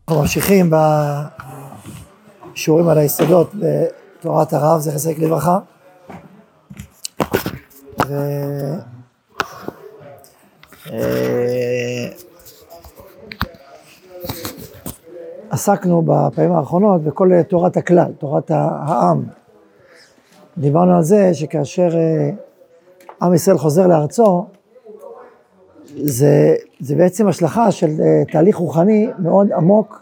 אנחנו ממשיכים בשיעורים על היסודות בתורת הרב, זכר צדיק לברכה. עסקנו בפעמים האחרונות בכל תורת הכלל, תורת העם. דיברנו על זה שכאשר עם ישראל חוזר לארצו, זה בעצם השלכה של תהליך רוחני מאוד עמוק,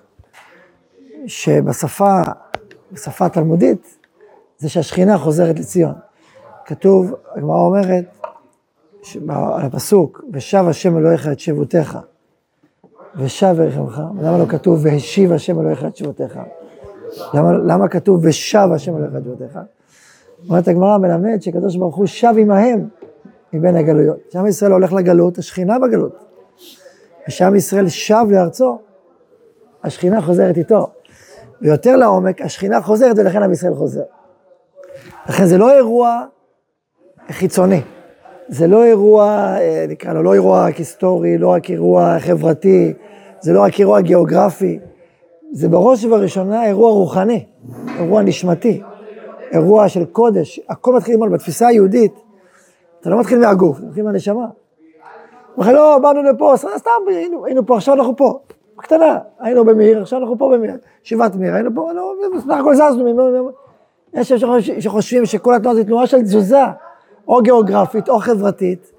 שבשפה התלמודית, זה שהשכינה חוזרת לציון. כתוב, הגמרא אומרת, על הפסוק, ושב השם אלוהיך את שבותיך, ושב ירחמך. למה לא כתוב, והשיב השם אלוהיך את שבותיך? למה כתוב, ושב השם אלוהיך את שבותיך? אומרת הגמרא מלמד שקדוש ברוך הוא שב עמהם מבין הגלויות. כשעם ישראל הולך לגלות, השכינה בגלות. כשעם ישראל שב לארצו, השכינה חוזרת איתו. ויותר לעומק, השכינה חוזרת ולכן עם ישראל חוזר. לכן זה לא אירוע חיצוני. זה לא אירוע, נקרא לו, לא אירוע רק היסטורי, לא רק אירוע חברתי, זה לא רק אירוע גיאוגרפי. זה בראש ובראשונה אירוע רוחני, אירוע נשמתי, אירוע של קודש. הכל מתחיל ללמוד בתפיסה היהודית. אתה לא מתחיל מהגוף, אתה מתחיל מהנשמה. וכן לא, באנו לפה, סתם, היינו פה, עכשיו אנחנו פה. בקטנה, היינו במאיר, עכשיו אנחנו פה במאיר. שבעת מאיר, היינו פה, בסך הכל זזנו. יש שחושבים שכל התנועה זה תנועה של תזוזה, או גיאוגרפית, או חברתית.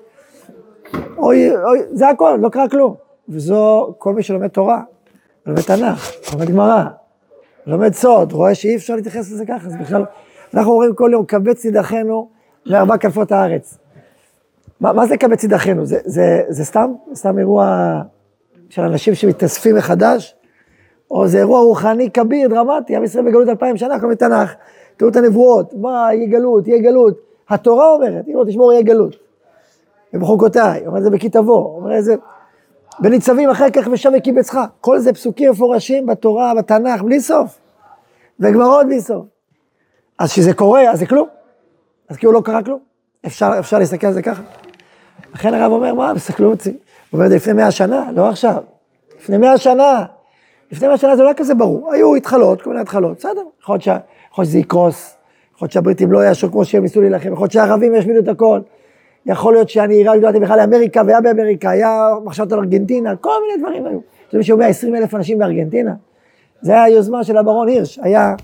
זה הכל, לא קרה כלום. וזו, כל מי שלומד תורה, לומד תנ"ך, לומד גמרא, לומד סוד, רואה שאי אפשר להתייחס לזה ככה. בכלל, אנחנו אומרים כל יום, קבץ ידכנו לארבע כנפות הארץ. מה זה קבץ ידכנו? זה סתם אירוע של אנשים שמתאספים מחדש, או זה אירוע רוחני כביר, דרמטי, עם ישראל בגלות 2000 שנה, כל מתנ"ך, תראו את הנבואות, מה, יהיה גלות. התורה אומרת, אם לא תשמור יהיה גלות. ובחוקותיי, אומר את זה בכתבו, אומר את זה, בניצבים אחר כך ושב וקיבצך. כל זה פסוקים מפורשים בתורה, בתנ"ך, בלי סוף. וגמרות בלי סוף. אז כשזה קורה, אז זה כלום. אז כאילו לא קרה כלום. אפשר להסתכל על זה ככה. לכן הרב אומר, מה, מסתכלו אותי. הוא אומר את זה לפני 100 שנה, לא עכשיו. לפני 100 שנה. לפני 100 שנה זה לא כזה ברור. היו התחלות, כל מיני התחלות, בסדר. יכול להיות שזה יקרוס. יכול להיות שהבריטים לא יעשו כמו שהם ניסו להילחם. יכול להיות שהערבים ישמידו את הכל. יכול להיות שאני רק יודעתי בכלל לאמריקה, והיה באמריקה, היה מחשבת על ארגנטינה, כל מיני דברים היו. זאת אומרת שהיו 120,000 אנשים בארגנטינה. זה היה היוזמה של הברון הירש.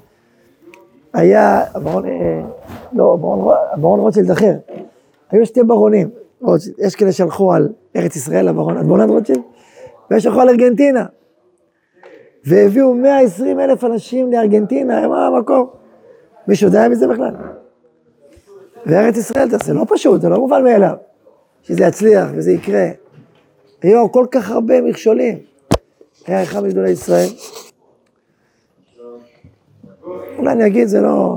היה הברון רוטשילד אחר. היו שתי ברונים. יש כאלה שהלכו על ארץ ישראל, הברון רוטשילד, ויש הלכו על ארגנטינה. והביאו 120,000 אנשים לארגנטינה, מה המקום? מישהו יודע מזה בכלל? וארץ ישראל, זה לא פשוט, זה לא מובן מאליו. שזה יצליח וזה יקרה. היו כל כך הרבה מכשולים. היה אחד מגדולי ישראל. אולי אני אגיד, זה לא...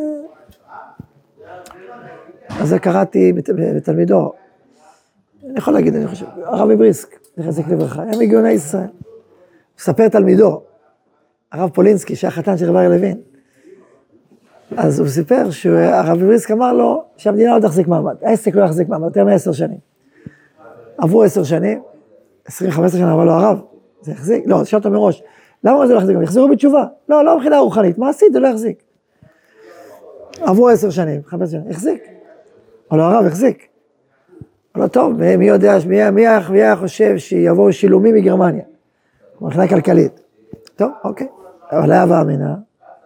אז זה קראתי בתלמידו. אני יכול להגיד, אני חושב, הרב מבריסק, זכר צדיק לברכה, היה מגאוני ישראל. הוא מספר תלמידו, הרב פולינסקי, שהיה חתן של רב אריה לוין. אז הוא סיפר שהרב מבריסק אמר לו שהמדינה לא תחזיק מעמד, העסק לא יחזיק מעמד, יותר מ10 שנים. עברו 10 שנים, 15 שנה, אמר לו הרב, זה יחזיק? לא, תשאל אותו מראש, למה זה לא יחזיק? יחזרו בתשובה. לא מבחינה רוחנית, מה עשית? זה לא יחזיק. עברו 10 שנים, 15 שנים, יחזיק. אמר לו הרב, יחזיק. אמר לו, טוב, מי יודע, מי היה חושב שיבואו שילומים מגרמניה, מבחינה כלכלית. טוב, אוקיי. אבל היה ואמינה,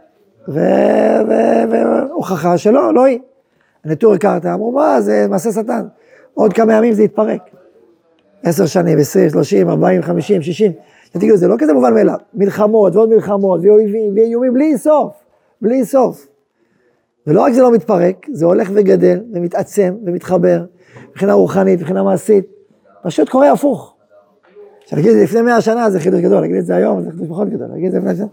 והוכחה שלא, לא היא. הנטור הכרתה, אמרו, מה, זה מעשה שטן. עוד כמה ימים זה יתפרק. 10 שנים, 20, 30, 40, 50, 60. תגידו, זה לא כזה מובן מאליו. מלחמות ועוד מלחמות, ואויבים, ואיומים, בלי סוף. ולא רק זה לא מתפרק, זה הולך וגדל, ומתעצם, ומתחבר, מבחינה רוחנית, מבחינה מעשית. פשוט קורה הפוך. כשנגיד את זה לפני 100 שנה, זה חידוש גדול, נגיד את זה היום, זה חידוש פחות גדול, נגיד את זה לפני שנה.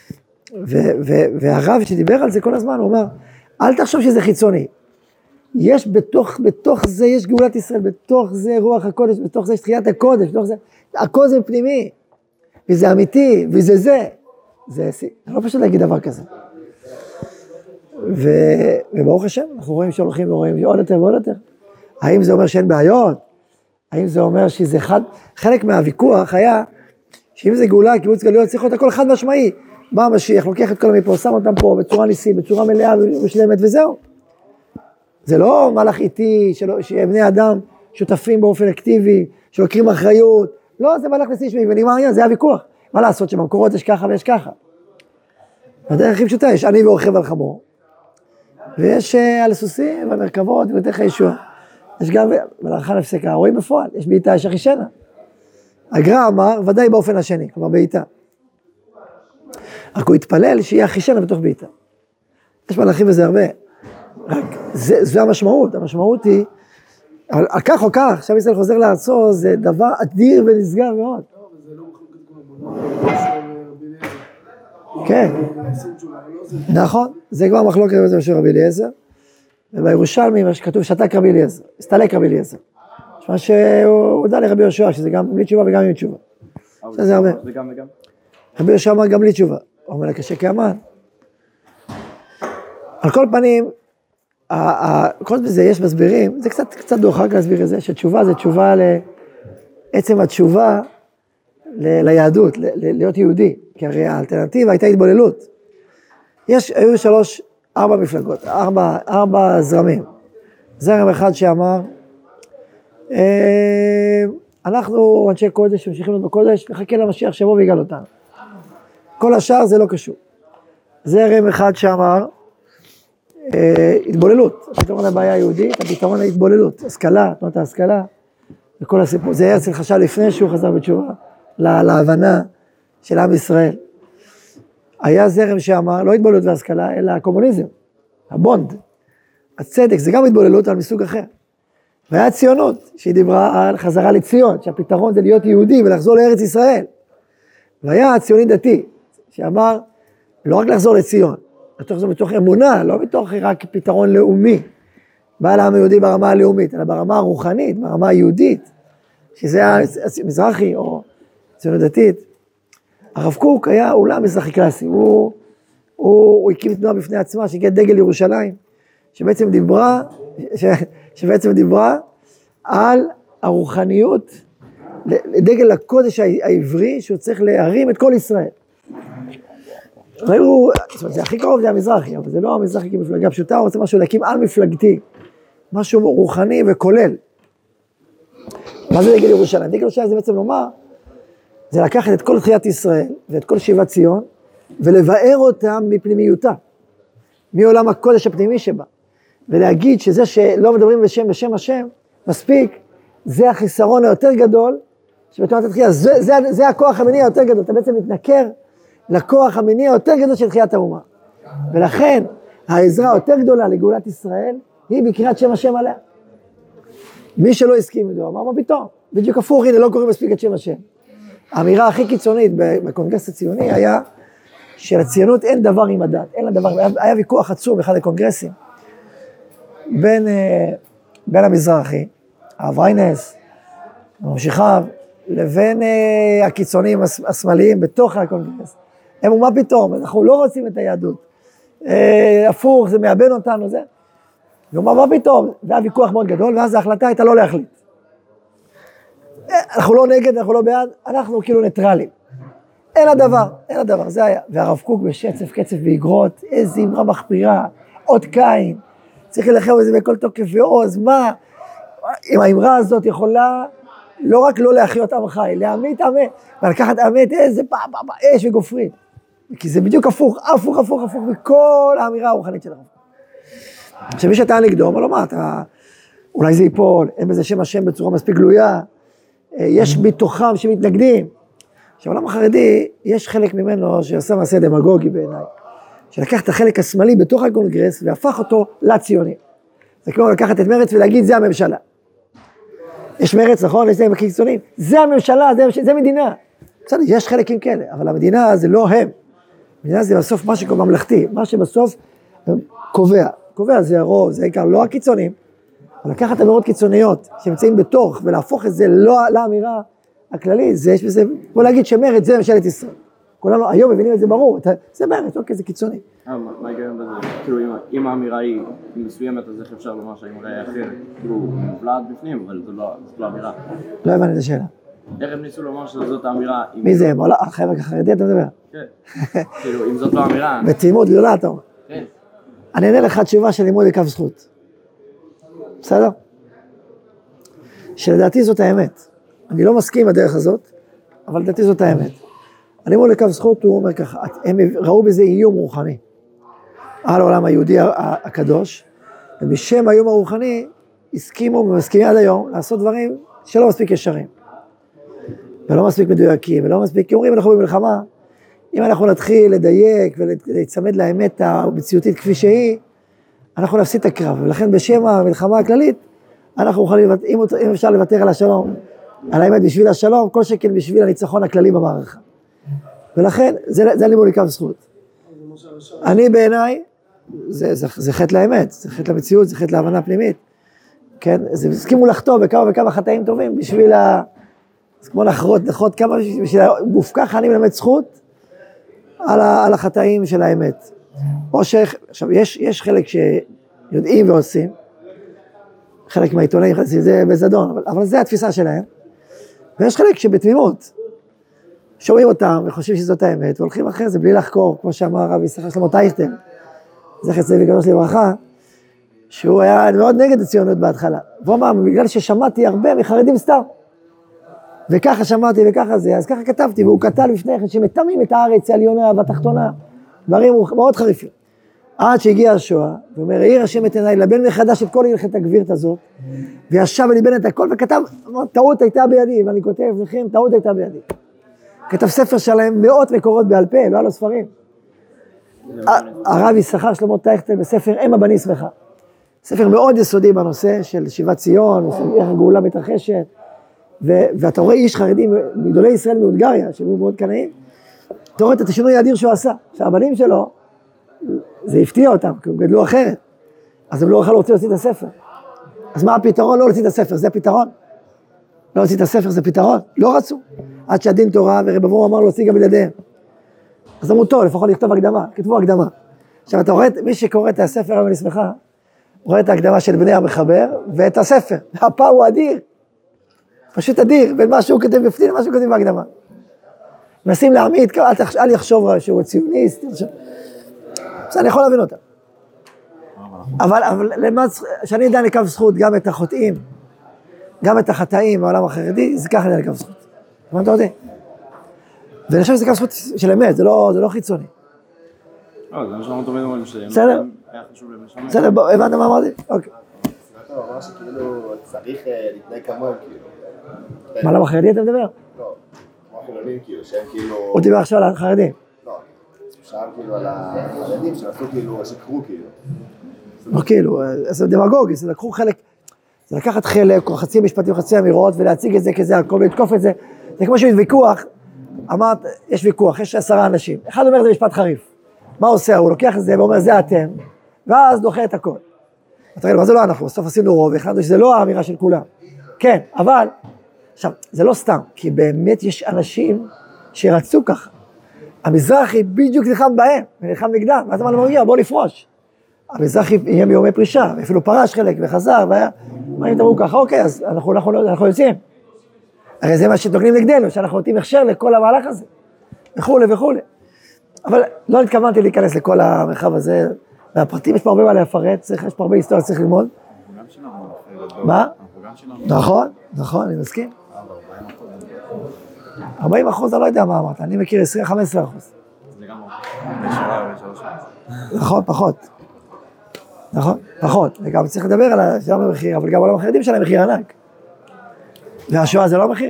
והרב שדיבר על זה כל הזמן, הוא אומר, אל תחשוב שזה חיצוני. יש בתוך זה, יש גאולת ישראל, בתוך זה רוח הקודש, בתוך זה יש תחיית הקודש, בתוך זה, הכל זה פנימי, וזה אמיתי, וזה זה לא פשוט להגיד דבר כזה. וברוך השם, אנחנו רואים שהולכים ורואים עוד יותר ועוד יותר. האם זה אומר שאין בעיות? האם זה אומר שזה חלק מהוויכוח היה, שאם זה גאולה, קיבוץ גלויות, צריך להיות הכל חד משמעי. בא המשיח, לוקח את כל מפה, שם אותם פה בצורה ניסית, בצורה מלאה ושלמת וזהו. זה לא מהלך איטי, שבני אדם שותפים באופן אקטיבי, שלוקחים אחריות. לא, זה מהלך ניסי שמי, ונגמר העניין, זה היה ויכוח. מה לעשות שבמקורות יש ככה ויש ככה. הדרך הכי פשוטה, יש אני ורוכב על חמור, ויש על הסוסים והמרכבות ודרך הישוע. יש גם, ולאחר נפסקה, רואים בפועל, יש בעיטה, יש אחישנה. הגר"א אמר, ודאי באופן השני, כלומר בעיטה. רק הוא התפלל שיהיה אחישנה בתוך בעיטה. יש מלאכים וזה הרבה. רק זה המשמעות, המשמעות היא, אבל כך או כך, עכשיו ישראל חוזר לארצו, זה דבר אדיר ונשגב מאוד. זה לא מחלוקת כמו כן, נכון, זה כבר מחלוקת של רבי אליעזר, ובירושלמי מה שכתוב שתק רבי אליעזר, הסתלק רבי אליעזר, מה שהוא הודע לרבי יהושע, שזה גם בלי תשובה וגם עם תשובה, זה הרבה. רבי יהושע אמר גם בלי תשובה, הוא אומר לה קשה כאמן. על כל פנים, כל זה יש מסבירים, זה קצת דוחק להסביר את זה, שתשובה זה תשובה לעצם התשובה ליהדות, להיות יהודי, כי הרי האלטרנטיבה הייתה התבוללות. היו 4 מפלגות, 4 זרמים. זרם אחד שאמר, אנחנו אנשי קודש, ממשיכים להיות בקודש, נחכה למשיח שבוא ויגאל אותנו. כל השאר זה לא קשור. זרם אחד שאמר, התבוללות, הפתרון לבעיה היהודית, הפתרון להתבוללות, השכלה, תנות ההשכלה, וכל הסיפור, זה הרצל חשב לפני שהוא חזר בתשובה, להבנה של עם ישראל. היה זרם שאמר, לא התבוללות והשכלה, אלא הקומוניזם, הבונד, הצדק, זה גם התבוללות על מסוג אחר. והיה ציונות, שהיא דיברה על חזרה לציון, שהפתרון זה להיות יהודי ולחזור לארץ ישראל. והיה הציוני דתי, שאמר, לא רק לחזור לציון, לחזור בתוך אמונה, לא בתוך רק פתרון לאומי, בא לעם היהודי ברמה הלאומית, אלא ברמה הרוחנית, ברמה היהודית, שזה המזרחי או ציונות דתית. הרב קוק היה אולי מזרחי קלאסי, הוא הקים תנועה בפני עצמה, שהגיע דגל ירושלים, שבעצם דיברה על הרוחניות, דגל הקודש העברי, שהוא צריך להרים את כל ישראל. ראו, זאת אומרת, זה הכי קרוב זה המזרחי, אבל זה לא המזרחי כמפלגה פשוטה, הוא רוצה משהו להקים על מפלגתי, משהו רוחני וכולל. מה זה דגל ירושלים? דגל ירושלים זה בעצם לומר, זה לקחת את כל תחיית ישראל ואת כל שיבת ציון, ולבאר אותם מפנימיותה, מעולם הקודש הפנימי שבה, ולהגיד שזה שלא מדברים בשם השם, מספיק, זה החיסרון היותר גדול, שבתורת התחייה, זה הכוח המניע היותר גדול, אתה בעצם מתנכר לכוח המניע היותר גדול של תחיית האומה. ולכן, העזרה היותר גדולה לגאולת ישראל, היא בקריאת שם השם עליה. מי שלא הסכים איתו, אמר מה פתאום? בדיוק הפוך, הנה לא קוראים מספיק את שם השם. האמירה הכי קיצונית בקונגרס הציוני היה שלציונות אין דבר עם הדת, אין לה דבר, היה ויכוח עצום באחד הקונגרסים, בין המזרחי, הרב ריינס, ממשיכיו, לבין הקיצונים השמאליים בתוך הקונגרס. הם אומרים מה פתאום, אנחנו לא רוצים את היהדות, הפוך, זה מאבן אותנו, זה. ואומר מה פתאום, והיה ויכוח מאוד גדול, ואז ההחלטה הייתה לא להחליט. אנחנו לא נגד, אנחנו לא בעד, אנחנו כאילו ניטרלים. אין הדבר, זה היה. והרב קוק בשצף, קצף ואגרות, איזו אמרה מחפירה, עוד קין, צריך להילחם בזה בכל תוקף ועוז, מה? אם האמרה הזאת יכולה לא רק לא להחיות עם חי, להמית עמי, ולקחת עמית איזה אש וגופרית. כי זה בדיוק הפוך מכל האמירה הרוחנית של הרב. עכשיו מי שאתה נגדו, אומר לו מה, אולי זה ייפול, אין בזה שם השם בצורה מספיק גלויה, יש בתוכם שמתנגדים. עכשיו העולם החרדי, יש חלק ממנו שעושה מעשה דמגוגי בעיניי, שלקח את החלק השמאלי בתוך הקונגרס והפך אותו לציוני. זה כמו לקחת את מרץ ולהגיד זה הממשלה. יש מרץ, נכון? יש להם קיצונים. זה הממשלה, זה מדינה. בסדר, יש חלקים כאלה, אבל המדינה זה לא הם. המדינה זה בסוף מה שקורה ממלכתי, מה שבסוף קובע זה הרוב, זה העיקר, לא הקיצונים. אבל לקחת אמירות קיצוניות שנמצאים בתוך ולהפוך את זה לא לאמירה הכללית, זה יש בזה, בוא להגיד שמרץ זה ממשלת ישראל. כולנו היום מבינים את זה ברור, זה מרץ, אוקיי, זה קיצוני. מה ההיגיון בזה? כאילו אם האמירה היא מסוימת, אז איך אפשר לומר שהאמירה היא אחרת? כאילו, מובלעת בפנים, אבל זו לא אמירה. לא הבנתי את השאלה. איך הם ניסו לומר שזאת האמירה? מי זה? החבר'ה החרדי אתה מדבר? כן. כאילו, אם זאת לא אמירה... בתמימות גדולה אתה אומר. כן. אני אענה לך תשובה של לימוד לכף זכות. בסדר? שלדעתי זאת האמת. אני לא מסכים בדרך הזאת, אבל לדעתי זאת האמת. הלימוד לכף זכות הוא אומר ככה, הם ראו בזה איום רוחני על העולם היהודי הקדוש, ובשם האיום הרוחני הסכימו ומסכימים עד היום לעשות דברים שלא מספיק ישרים. ולא מספיק מדויקים, ולא מספיק, כי אומרים אנחנו במלחמה, אם אנחנו נתחיל לדייק ולהצמד לאמת המציאותית כפי שהיא, אנחנו נפסיד את הקרב, ולכן בשם המלחמה הכללית, אנחנו יכולים, אם אפשר לוותר על השלום, על האמת בשביל השלום, כל שכן בשביל הניצחון הכללי במערכה. ולכן, זה לימוד לכף זכות. אני בעיניי, זה חטא לאמת, זה חטא למציאות, זה חטא להבנה פנימית. כן, זה הסכימו לחטוא בכמה וכמה חטאים טובים בשביל זה כמו לחרות כמה, בשביל מופקח אני מלמד זכות על החטאים של האמת. עכשיו, יש חלק שיודעים ועושים, חלק מהעיתונאים, זה בזדון, אבל זה התפיסה שלהם, ויש חלק שבתמימות, שומעים אותם וחושבים שזאת האמת, והולכים אחרי זה בלי לחקור, כמו שאמר הרב יששכר שלמה טייכטר, זכר צדיק וקדוש לברכה, שהוא היה מאוד נגד הציונות בהתחלה, והוא אמר, בגלל ששמעתי הרבה מחרדים סתם, וככה שמעתי וככה זה, אז ככה כתבתי, והוא כתב לפני כן שמטמאים את הארץ העליונה והתחתונה, דברים מאוד חריפים. עד שהגיע השואה, הוא אומר, העיר השם את עיניי, לבן מחדש את כל הלכת הגבירת הזאת, וישב וליבן את הכל, וכתב, טעות הייתה בידי, ואני כותב לכם, טעות הייתה בידי. כתב ספר שלהם מאות מקורות בעל פה, לא היה לו ספרים. הרב יששכר שלמה טייכטר בספר אם הבנים שמחה. ספר מאוד יסודי בנושא של שיבת ציון, איך הגאולה מתרחשת, ואתה רואה איש חרדי מגדולי ישראל מהונגריה, שהיו מאוד קנאים, אתה רואה את השינוי האדיר שהוא עשה, שהבנים שלו, זה הפתיע אותם, כי הם גדלו אחרת, אז הם לא יכלו להוציא את הספר. אז מה הפתרון? לא להוציא את הספר, זה הפתרון. לא להוציא את הספר, זה פתרון. לא רצו. עד שהדין תורה ורב אברום אמר להוציא גם בלעדיהם. אז אמרו טוב, לפחות לכתוב הקדמה, כתבו הקדמה. עכשיו אתה רואה, מי שקורא את הספר, אני שמחה, רואה את ההקדמה של בני המחבר, ואת הספר. הפער הוא אדיר. פשוט אדיר, בין מה שהוא כותב בפנים, מה שהוא כותב בהקדמה. מנסים להעמיד, אל יחשוב שהוא ציוניסט, אז אני יכול להבין אותה. אבל שאני יודע לכף זכות גם את החוטאים, גם את החטאים בעולם החרדי, זה ככה אני לכף זכות. מה אתה יודע? ואני חושב שזה כף זכות של אמת, זה לא חיצוני. לא, זה מה שאנחנו תמיד אומרים שהם... בסדר? היה חשוב למשמע. בסדר, הבנת מה אמרתי? אוקיי. אתה אמר שכאילו צריך להתנהג כמוהם כאילו. מה, למה חרדי אתה מדבר? לא, כמו החילונים כאילו, שהם כאילו... הוא דיבר עכשיו על החרדים. לא, שאל כאילו על החרדים שעשו כאילו, שקרו כאילו. לא כאילו, זה דמגוגי, זה לקחו חלק, זה לקחת חלק, או חצי משפטים, חצי אמירות, ולהציג את זה כזה, הכל, ולתקוף את זה. זה כמו שיש ויכוח, אמרת, יש ויכוח, יש 10 אנשים. אחד אומר, זה משפט חריף. מה עושה? הוא לוקח את זה ואומר, זה אתם, ואז דוחה את הכל. אתה רואה, מה זה לא אנחנו? בסוף עשינו רוב, והחלטנו שזה לא האמירה של כולם. כן, אבל, עכשיו, זה לא סתם, כי באמת יש אנשים שרצו ככה. המזרחי בדיוק נלחם בהם, ונלחם נגדם, ואז אמרנו, מגיע, בוא נפרוש. המזרחי יהיה מיומי פרישה, ואפילו פרש חלק וחזר, והיה, מה אם תראו ככה, אוקיי, אז אנחנו יוצאים. הרי זה מה שדוגלים נגדנו, שאנחנו נותנים הכשר לכל המהלך הזה, וכו' וכו'. אבל לא התכוונתי להיכנס לכל המרחב הזה, והפרטים יש פה הרבה מה להפרט, יש פה הרבה היסטוריה שצריך ללמוד. מה? נכון, אני מסכים. 40%, אני לא יודע מה אמרת, אני מכיר 15%. נכון, פחות. נכון, פחות. וגם צריך לדבר על השלם המחיר, אבל גם על המחרדים שלהם מחיר ענק. והשואה זה לא מחיר.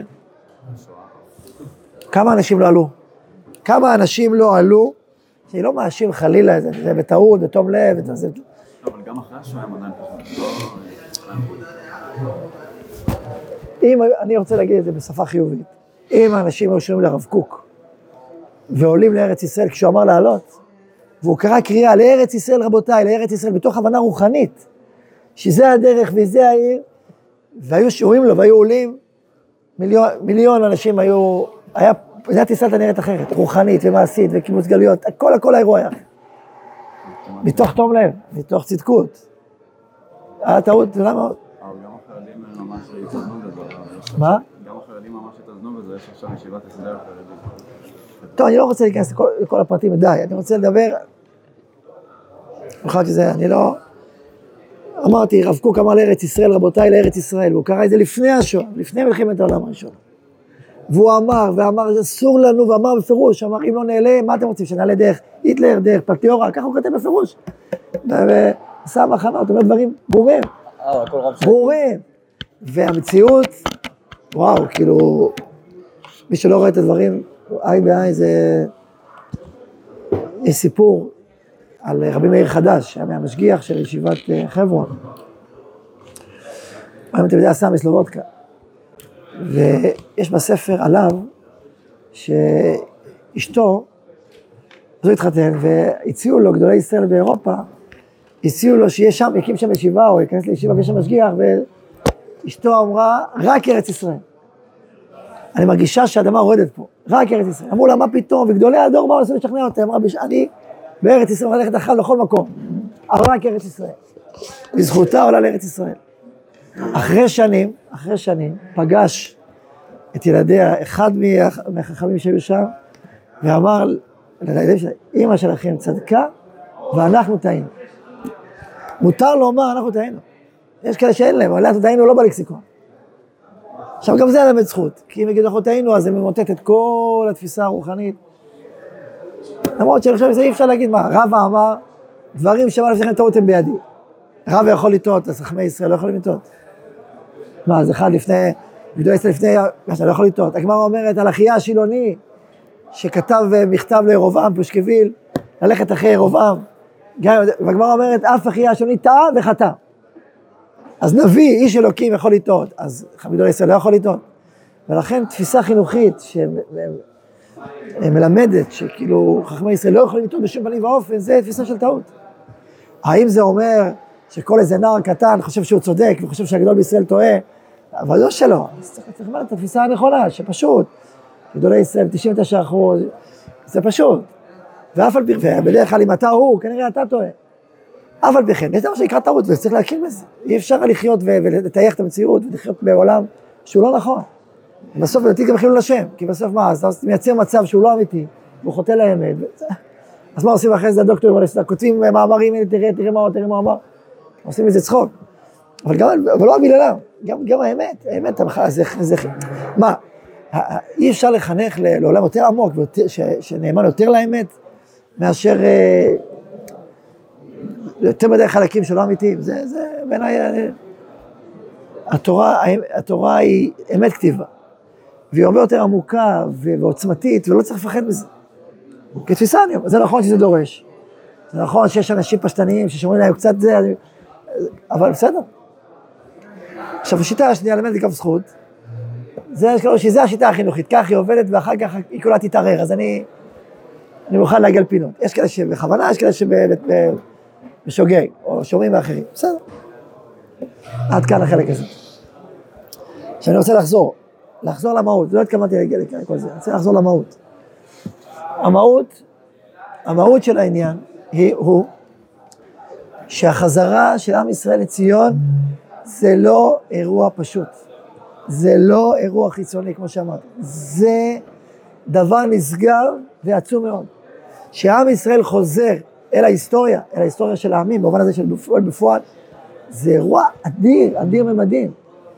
כמה אנשים לא עלו? כמה אנשים לא עלו, שאני לא מאשים חלילה, זה בטעות, בתום לב, זה... אבל גם אחרי השואה הם עדיין אם, אני רוצה להגיד את זה בשפה חיובית, אם האנשים היו שומעים לרב קוק, ועולים לארץ ישראל כשהוא אמר לעלות, והוא קרא קריאה לארץ ישראל רבותיי, לארץ ישראל, בתוך הבנה רוחנית, שזה הדרך וזה העיר, והיו שיעורים לו והיו עולים, מיליון אנשים היו, מדינת ישראל נראית אחרת, רוחנית ומעשית וקיבוץ גלויות, הכל האירוע היה. מתוך תום לב, מתוך צדקות. היה טעות, למה? אבל גם החרדים ממש התעדנו גדול. מה? גם החרדים לי ממש התאזנו בזה, יש עכשיו ישיבת הסדר חרדית. טוב, אני לא רוצה להיכנס לכל הפרטים, די, אני רוצה לדבר, במיוחד שזה, אני לא, אמרתי, רב קוק אמר לארץ ישראל, רבותיי לארץ ישראל, והוא קרא את זה לפני השואה, לפני מלחמת העולם הראשון. והוא אמר, ואמר, זה אסור לנו, ואמר בפירוש, אמר, אם לא נעלה, מה אתם רוצים, שנעלה דרך היטלר, דרך פלטיורה, ככה הוא כותב בפירוש. ועשה מחנה, זאת אומרת דברים ברורים, ברורים. והמציאות, וואו, כאילו, מי שלא רואה את הדברים, עין בעין זה, יש סיפור על רבי מאיר חדש, שהיה מהמשגיח של ישיבת חברון. היום אתם יודעים, סמי סלובודקה. ויש בספר עליו, שאשתו, אז הוא התחתן, והציעו לו, גדולי ישראל באירופה, הציעו לו שיהיה שם, יקים שם ישיבה, או ייכנס לישיבה ויש שם משגיח, ואשתו אמרה, רק ארץ ישראל. אני מרגישה שהאדמה רועדת פה, רק ארץ ישראל. אמרו לה, מה פתאום? וגדולי הדור באו לנסות לשכנע אותם, אמרה, אני בארץ ישראל הולכת אחת לכל מקום, אבל רק ארץ ישראל. בזכותה עולה לארץ ישראל. אחרי שנים, פגש את ילדיה, אחד מהחכמים שהיו שם, ואמר לילדים שלה, אמא שלכם צדקה, ואנחנו טעינו. מותר לומר, אנחנו טעינו. יש כאלה שאין להם, אבל אנחנו טעינו לא בלקסיקון. עכשיו גם זה היה באמת זכות, כי אם יגידו אנחנו טעינו, אז זה ממוטט את כל התפיסה הרוחנית. למרות שאני חושב שזה אי אפשר להגיד מה, רבא אמר, דברים שאמר לפניכם טעות הם בידי. רבא יכול לטעות, אז חכמי ישראל לא יכולים לטעות. מה, אז אחד לפני, גדולי ישראל לפני, אתה לא יכול לטעות. הגמרא אומרת על אחיה השילוני, שכתב מכתב לירובעם פושקוויל, ללכת אחרי ירובעם. והגמרא אומרת, אף אחיה השילוני טעה וחטא. אז נביא, איש אלוקים יכול לטעות, אז גדולי ישראל לא יכול לטעות. ולכן תפיסה חינוכית שמלמדת שכאילו חכמי ישראל לא יכולים לטעות בשום פנים ואופן, זה תפיסה של טעות. האם זה אומר שכל איזה נער קטן חושב שהוא צודק וחושב שהגדול בישראל טועה? אבל לא שלא, אז צריך לומר את התפיסה הנכונה, שפשוט, גדולי ישראל 99%, זה פשוט. ואף על פי כן, בדרך כלל אם אתה הוא, כנראה אתה טועה. אף על פי כן, יש דבר שיקרא טעות וצריך להכיר בזה. אי אפשר לחיות ולטייח את המציאות ולחיות בעולם שהוא לא נכון. בסוף לדעתי גם חילול השם, כי בסוף מה, אז אתה מייצר מצב שהוא לא אמיתי, והוא חוטא לאמת. אז מה עושים אחרי זה הדוקטורים באוניברסיטה? כותבים מאמרים, תראה מה אמר. עושים מזה צחוק. אבל לא המיללה, גם האמת, מה, אי אפשר לחנך לעולם יותר עמוק, שנאמן יותר לאמת, מאשר יותר מדי חלקים שלא אמיתיים. זה בעיניי, התורה היא אמת כתיבה, והיא הרבה יותר עמוקה ועוצמתית, ולא צריך לפחד מזה. כתפיסה אני אומר, זה נכון שזה דורש, זה נכון שיש אנשים פשטניים ששומרים להם קצת זה, אבל בסדר. עכשיו השיטה השנייה למד לכף זכות, שזה השיטה החינוכית, כך היא עובדת ואחר כך היא כולה תתערער, אז אני מוכן להגיע לפינות. יש כאלה שבכוונה, יש כאלה שבשוגג, או שומעים מאחרים, בסדר. עד כאן החלק הזה. עכשיו אני רוצה לחזור למהות, לא התכוונתי להגיע לכל זה, אני רוצה לחזור למהות. המהות של העניין הוא שהחזרה של עם ישראל לציון זה לא אירוע פשוט, זה לא אירוע חיצוני כמו שאמרתי, זה דבר נסגר ועצום מאוד. שעם ישראל חוזר אל ההיסטוריה של העמים, במובן הזה של בפועל, זה אירוע אדיר ממדים.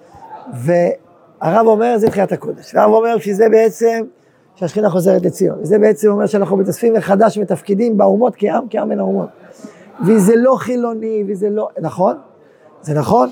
והרב אומר, זה תחיית הקודש. והרב אומר שזה בעצם שהשכינה חוזרת לציון. וזה בעצם אומר שאנחנו מתאספים מחדש מתפקידים באומות כעם בין האומות. וזה לא חילוני, וזה לא, נכון? זה נכון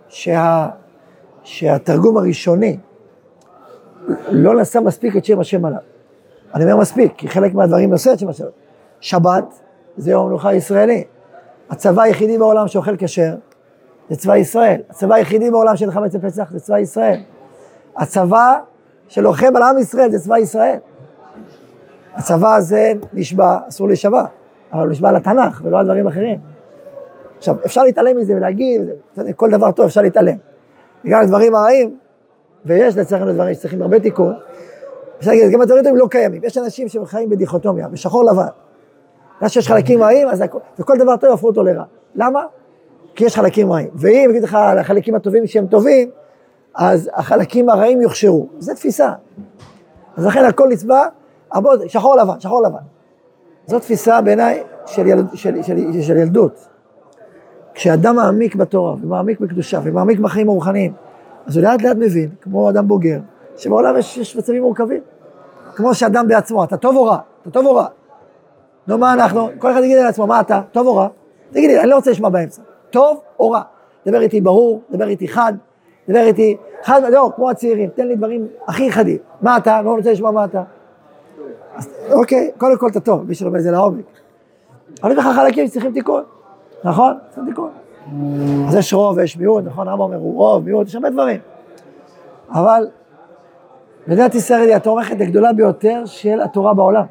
שהתרגום הראשוני לא נשא מספיק את שם השם עליו. אני אומר מספיק, כי חלק מהדברים נושא את שם השם. שבת זה יום מנוחה ישראלי. הצבא היחידי בעולם שאוכל כשר, זה צבא ישראל. הצבא היחידי בעולם של חמץ בפסח, זה צבא ישראל. הצבא שלוחם על עם ישראל, זה צבא ישראל. הצבא הזה נשבע, אסור להישבע, אבל הוא נשבע על התנ"ך ולא על דברים אחרים. עכשיו, אפשר להתעלם מזה ולהגיד, כל דבר טוב אפשר להתעלם. בגלל דברים הרעים, ויש לצריכים דברים שצריכים הרבה תיקון, אפשר להגיד, גם הדברים טובים לא קיימים. יש אנשים שחיים בדיכוטומיה, בשחור לבן. בגלל שיש חלקים רעים, וכל דבר טוב הפכו אותו לרע. למה? כי יש חלקים רעים. ואם יגיד לך על החלקים הטובים שהם טובים, אז החלקים הרעים יוכשרו. זו תפיסה. אז לכן הכל נצבע, שחור לבן, שחור לבן. זו תפיסה בעיניי של ילדות. כשאדם מעמיק בתורה, ומעמיק בקדושה, ומעמיק בחיים הרוחניים, אז הוא לאט לאט מבין, כמו אדם בוגר, שבעולם יש מצבים מורכבים. כמו שאדם בעצמו, אתה טוב או רע? אתה טוב או רע? נו, מה אנחנו? כל אחד יגיד על עצמו, מה אתה? טוב או רע? תגיד לי, אני לא רוצה לשמוע באמצע. טוב או רע? דבר איתי ברור, דבר איתי חד, דבר איתי חד, לא, כמו הצעירים, תן לי דברים הכי חדים. מה אתה? לא רוצה לשמוע מה אתה. אז, אוקיי, קודם כל אתה טוב, מי שלומד את זה לעומק. אבל יש לך חלקים שצריכים תיקון, נכון? צריכים תיקון. אז יש רוב ויש מיעוט, נכון? רב אומר, הוא רוב, מיעוט, יש הרבה דברים. אבל מדינת ישראל היא התומכת הגדולה ביותר של התורה בעולם.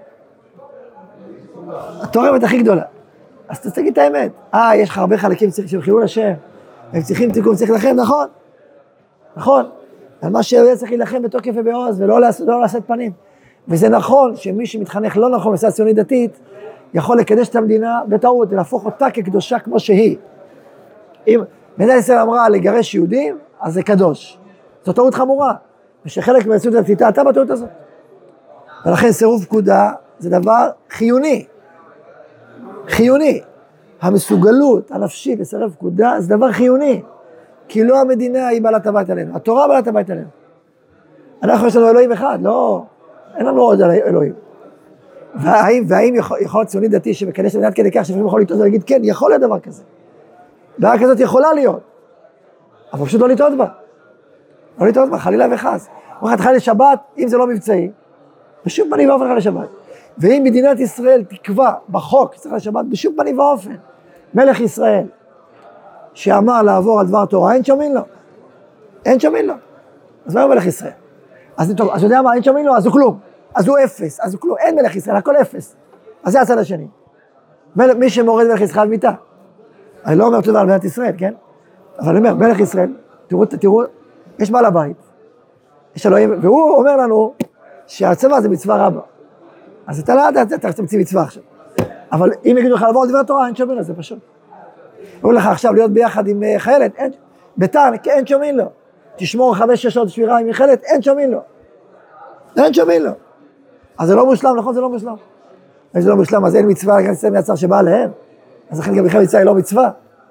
התורמת הכי גדולה. אז תגיד את האמת. יש לך הרבה חלקים שהם חילול השם, הם צריכים תיקון, צריך לכם, נכון? נכון. על מה שיהיה צריך להילחם בתוקף ובעוז, ולא לעשות פנים. וזה נכון שמי שמתחנך לא נכון בסביבה ציונית דתית, יכול לקדש את המדינה בטעות, ולהפוך אותה כקדושה כמו שהיא. אם מדינת ישראל אמרה לגרש יהודים, אז זה קדוש. זו טעות חמורה. ושחלק מהציונות הדתית אתה בטעות הזאת. ולכן סירוב פקודה זה דבר חיוני. חיוני. המסוגלות הנפשית לסרב פקודה זה דבר חיוני. כי לא המדינה היא בעלת הבית עלינו. התורה בעלת הבית עלינו. אנחנו יש לנו אלוהים אחד, לא, אין לנו עוד אלוהים. והאם יכול ציוני דתי שמקדש למדינת כדי כך שאפילו יכול לטעות ולהגיד כן, יכול להיות דבר כזה. בעיה כזאת יכולה להיות. אבל פשוט לא לטעות בה. לא לטעות בה, חלילה וחס. אומרת לך לשבת, אם זה לא מבצעי, בשום פנים ואופן לך לשבת. ואם מדינת ישראל תקבע בחוק שצריך לשבת, בשום פנים ואופן, מלך ישראל, שאמר לעבור על דבר תורה, אין שומעים לו. אין שומעים לו. אז מה הוא מלך ישראל? אז טוב, אז יודע מה, אין שומעים לו, אז הוא כלום. אז הוא אפס, אז הוא כלום. אין מלך ישראל, הכל אפס. אז זה הצד השני. מי שמורד מלך ישראל מיתה. אני לא אומר תודה על מדינת ישראל, כן? אבל אני אומר, מלך ישראל, תראו, יש בעל הבית, יש אלוהים, והוא אומר לנו שהצבא זה מצווה רבה. אז אתה לא יודע, אתה תמציא מצווה עכשיו. אבל אם יגידו לך לעבור דבר תורה, אין שומעים לו, זה פשוט. אומרים לך עכשיו להיות ביחד עם חיילת, בטנק, אין שומעים לו. תשמור 5-6 שעות שמירה עם חיילת, אין שומעים לו. אין שומעים לו. אז זה לא מושלם, נכון? זה לא מושלם. אם זה לא מושלם, אז אין מצווה, לכן זה מהצר שבא עליהם. אז לכן גם בכלל מצווה היא לא מצווה.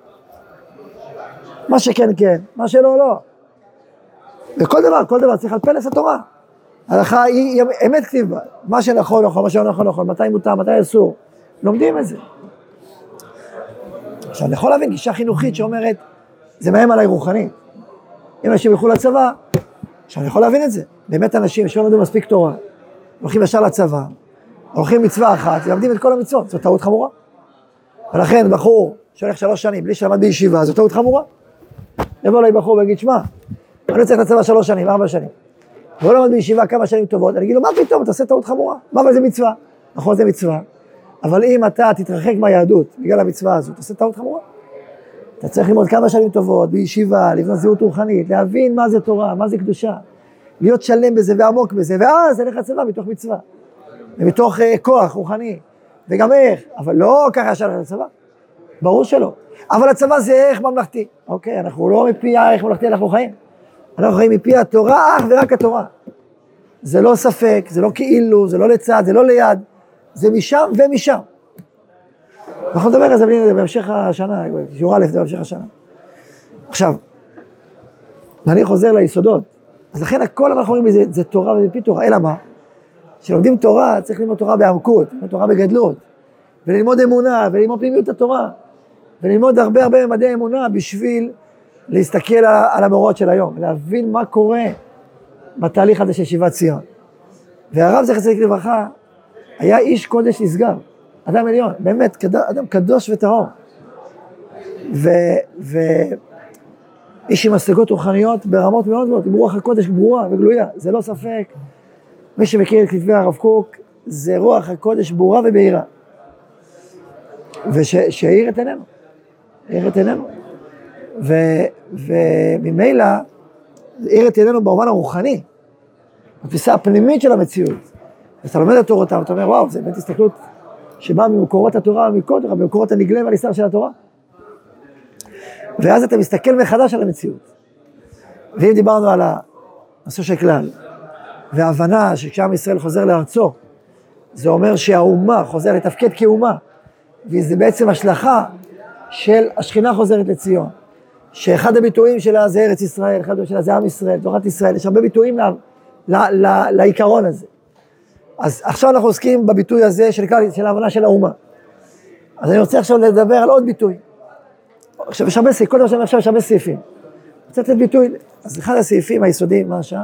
מה שכן כן, מה שלא לא. וכל דבר צריך על פלס התורה. ההלכה היא אמת כתיב בה. מה שנכון, נכון, מה שלא נכון, נכון. מתי מותר, מתי אסור. לומדים את זה. עכשיו, אני יכול להבין גישה חינוכית שאומרת, זה מהם עליי רוחנית. אם אנשים ילכו לצבא, עכשיו אני יכול להבין את זה. באמת אנשים שלא למדו מספיק תורה, הולכים ישר לצבא, הולכים מצווה אחת, ולמדים את כל המצוות. זו טעות חמורה. ולכן בחור שהולך 3 שנים, בלי שלמד בישיבה, זו טעות חמורה. יבוא לי בחור ויגיד, שמע, אני צריך לצבא 3 שנים, 4 שנים. והוא למד בישיבה כמה שנים טובות, אני אגיד לו, מה פתאום, אתה עושה טעות חמורה? מה, אבל זה מצווה? נכון, זה מצווה. אבל אם אתה תתרחק מהיהדות בגלל המצווה הזאת, אתה עושה טעות חמורה. אתה צריך ללמוד כמה שנים טובות, בישיבה, לבנות זהות רוחנית, להבין מה זה תורה, מה זה קדושה, להיות שלם בזה ועמוק בזה, ואז הלך לצבא מתוך מצווה, ומתוך כוח רוחני, וגם איך, אבל לא ככה ישר לצבא, ברור שלא. אבל הצבא זה ערך ממלכתי, אוקיי, אנחנו לא מפי הערך ממלכתי, אנחנו חיים. אנחנו חיים מפי התורה, אך ורק התורה. זה לא ספק, זה לא כאילו, זה לא לצד, זה לא ליד, זה משם ומשם. אנחנו נדבר על זה בהמשך השנה, שיעור א' זה בהמשך השנה. עכשיו, אני חוזר ליסודות, אז לכן הכל אנחנו אומרים, זה תורה ומפי תורה, אלא מה? כשלומדים תורה, צריך ללמוד תורה בעמקות, תורה בגדלות, וללמוד אמונה, וללמוד פנימיות התורה, וללמוד הרבה ממדי אמונה, בשביל להסתכל על המאורעות של היום, להבין מה קורה בתהליך הזה של שיבת ציון. והרב זכר צדיק לברכה, היה איש קודש נשגב, אדם עליון, באמת, אדם קדוש וטהור. איש עם השגות רוחניות ברמות מאוד מאוד, עם רוח הקודש ברורה וגלויה, זה לא ספק. מי שמכיר את כתבי הרב קוק, זה רוח הקודש ברורה ובהירה. ושהאיר את עינינו, האיר את עינינו. וממילא, האיר את עינינו במובן הרוחני, בתפיסה הפנימית של המציאות. אז אתה לומד את תורתם, אתה אומר, וואו, זה באמת הסתכלות שבאה ממקורות התורה ממקורות הנגלה והנסתר של התורה. ואז אתה מסתכל מחדש על המציאות. ואם דיברנו על הנושא של כלל, וההבנה שכשעם ישראל חוזר לארצו, זה אומר שהאומה חוזר לתפקד כאומה, וזה בעצם השלכה של השכינה חוזרת לציון, שאחד הביטויים שלה זה ארץ ישראל, אחד הביטויים שלה זה עם ישראל, תורת ישראל, יש הרבה ביטויים לעיקרון הזה. אז עכשיו אנחנו עוסקים בביטוי הזה של ההבנה של האומה. אז אני רוצה עכשיו לדבר על עוד ביטוי. עכשיו יש הרבה סעיפים, כל דבר שאני עכשיו יש הרבה סעיפים. אני רוצה לתת ביטוי, אז אחד הסעיפים היסודיים, מה השעה?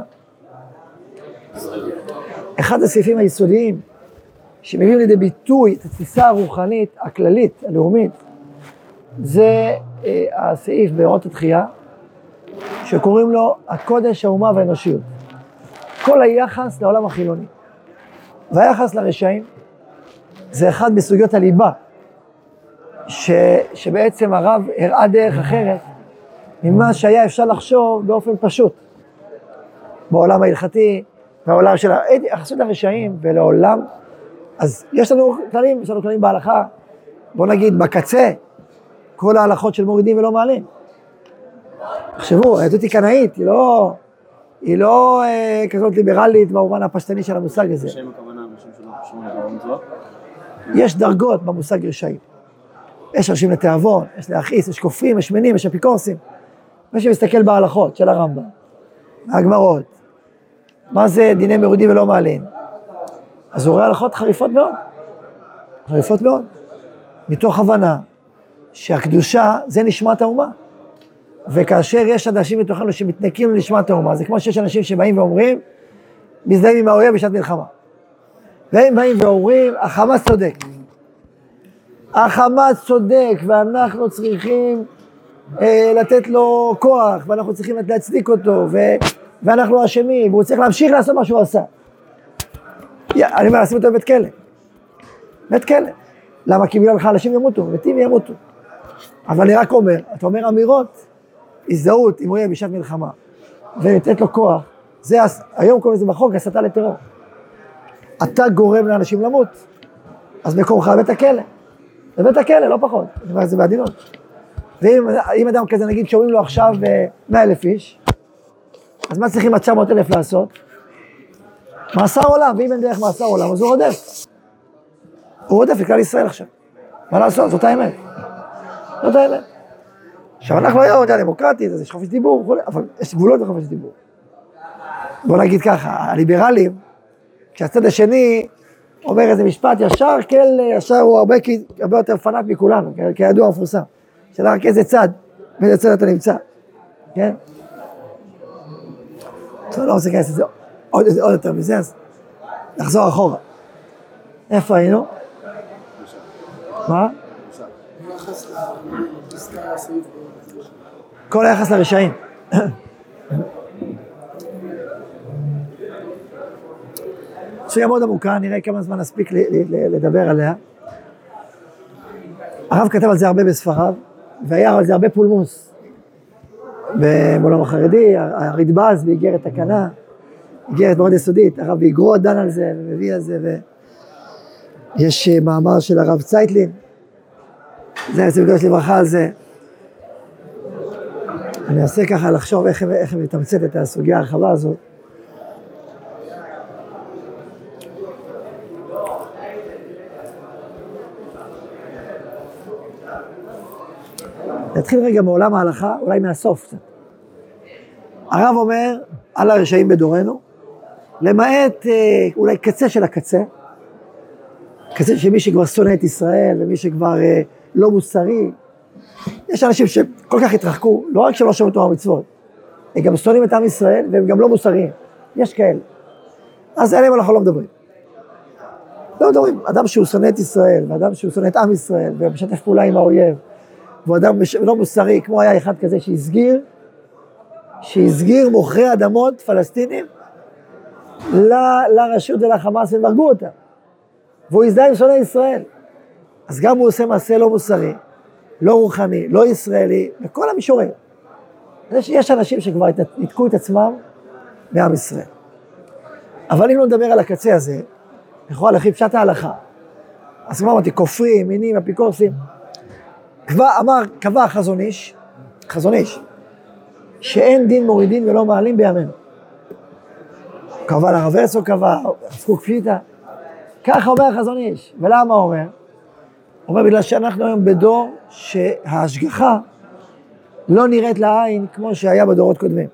אחד הסעיפים היסודיים, שמביאים לידי ביטוי את התפיסה הרוחנית, הכללית, הלאומית, זה הסעיף באורות התחייה, שקוראים לו הקודש, האומה והאנושיות. כל היחס לעולם החילוני. והיחס לרשעים, זה אחד מסוגיות הליבה, שבעצם הרב הראה דרך אחרת, ממה שהיה אפשר לחשוב באופן פשוט. בעולם ההלכתי, בעולם של היחסות לרשעים ולעולם, אז יש לנו כללים בהלכה, בוא נגיד בקצה, כל ההלכות של מורידים ולא מעלים. תחשבו, היהדות היא קנאית, היא לא כזאת ליברלית במובן הפשטני של המושג הזה. רשעים הכוונה, אנשים שלא קשורים למצוות? יש דרגות במושג רשעים. יש אנשים לתיאבון, יש להכעיס, יש כופרים, יש שמנים, יש אפיקורסים. מי שמסתכל בהלכות של הרמב"ם, הגמרות, מה זה דיני מורידים ולא מעלים? אז הוא רואה הלכות חריפות מאוד. חריפות מאוד. מתוך הבנה שהקדושה זה נשמת האומה. וכאשר יש אנשים מתוכנו שמתנקים לנשמת האומה, זה כמו שיש אנשים שבאים ואומרים, מזדהים עם האויב בשעת מלחמה. והם באים ואומרים, החמאס צודק. החמאס צודק, ואנחנו צריכים לתת לו כוח, ואנחנו צריכים להצדיק אותו, ואנחנו אשמים, והוא צריך להמשיך לעשות מה שהוא עשה. אני אומר, לשים אותו בבית כלא. בית כלא. למה? כי בגלל לך אנשים ימותו, מתים ימותו. אבל אני רק אומר, אתה אומר אמירות, הזדהות אם הוא יהיה בשעת מלחמה, ולתת לו כוח, זה, היום קוראים לזה בחוק, הסתה לטרור. אתה גורם לאנשים למות, אז מקומך בבית הכלא. בבית הכלא, לא פחות. אני אומר את זה בעדינות. ואם אדם כזה, נגיד, שאומרים לו עכשיו 100,000 איש, אז מה צריכים 900,000 לעשות? מאסר עולם, ואם אין דרך מאסר עולם, אז הוא רודף. הוא רודף לכלל ישראל עכשיו. מה לעשות? זאת האמת. זאת האמת. עכשיו אנחנו היום, אתה דמוקרטית, אז יש חופש דיבור, אבל יש גבולות לחופש דיבור. בוא נגיד ככה, הליברלים, כשהצד השני אומר איזה משפט ישר, ישר הוא הרבה יותר פנאט מכולנו, כידוע מפורסם. שאלה רק איזה צד, באיזה צד אתה נמצא. כן? טוב, לא רוצה להיכנס את זה עוד יותר מזה, אז נחזור אחורה. איפה היינו? מה? כל היחס לרשעים. סוגיה מאוד עמוקה, נראה כמה זמן נספיק לדבר עליה. הרב כתב על זה הרבה בספריו, והיה על זה הרבה פולמוס. בעולם החרדי, הרדב"ז באיגרת תקנה, איגרת מאוד יסודית, הרב באגרות דן על זה, ומביא על זה, ויש מאמר של הרב צייטלין, זה יצא בקדוש לברכה על זה. אני אעשה ככה לחשוב איך מתמצת את הסוגיה הרחבה הזאת. נתחיל רגע מעולם ההלכה, אולי מהסוף קצת. הרב אומר, על הרשעים בדורנו, למעט אולי קצה של הקצה, קצה שמי שכבר שונא את ישראל, ומי שכבר לא מוסרי, יש אנשים שכל כך התרחקו, לא רק שלא שומעים תורה ומצוות, הם גם שונאים את עם ישראל, והם גם לא מוסריים, יש כאלה. אז עליהם אנחנו לא מדברים. לא מדברים, אדם שהוא שונא את ישראל, ואדם שהוא שונא את עם ישראל, ומשתף פעולה עם האויב, והוא אדם לא מוסרי, כמו היה אחד כזה שהסגיר מוכרי אדמות פלסטינים לרשות ולחמאס, והם הרגו אותם. והוא הזדהה עם שונא ישראל. אז גם הוא עושה מעשה לא מוסרי, לא רוחני, לא ישראלי, בכל המישורים. יש אנשים שכבר התנתקו את עצמם מעם ישראל. אבל אם לא נדבר על הקצה הזה, יכול להכי פשט ההלכה. אז כמו אמרתי, כופרים, מינים, אפיקורסים. קבע החזון איש, שאין דין מורידין ולא מעלים בימינו. כמובן הרב הרצוג קבע, הפכו כפיתה. ככה אומר החזון איש. ולמה הוא אומר? הוא אומר בגלל שאנחנו היום בדור שההשגחה לא נראית לעין כמו שהיה בדורות קודמים.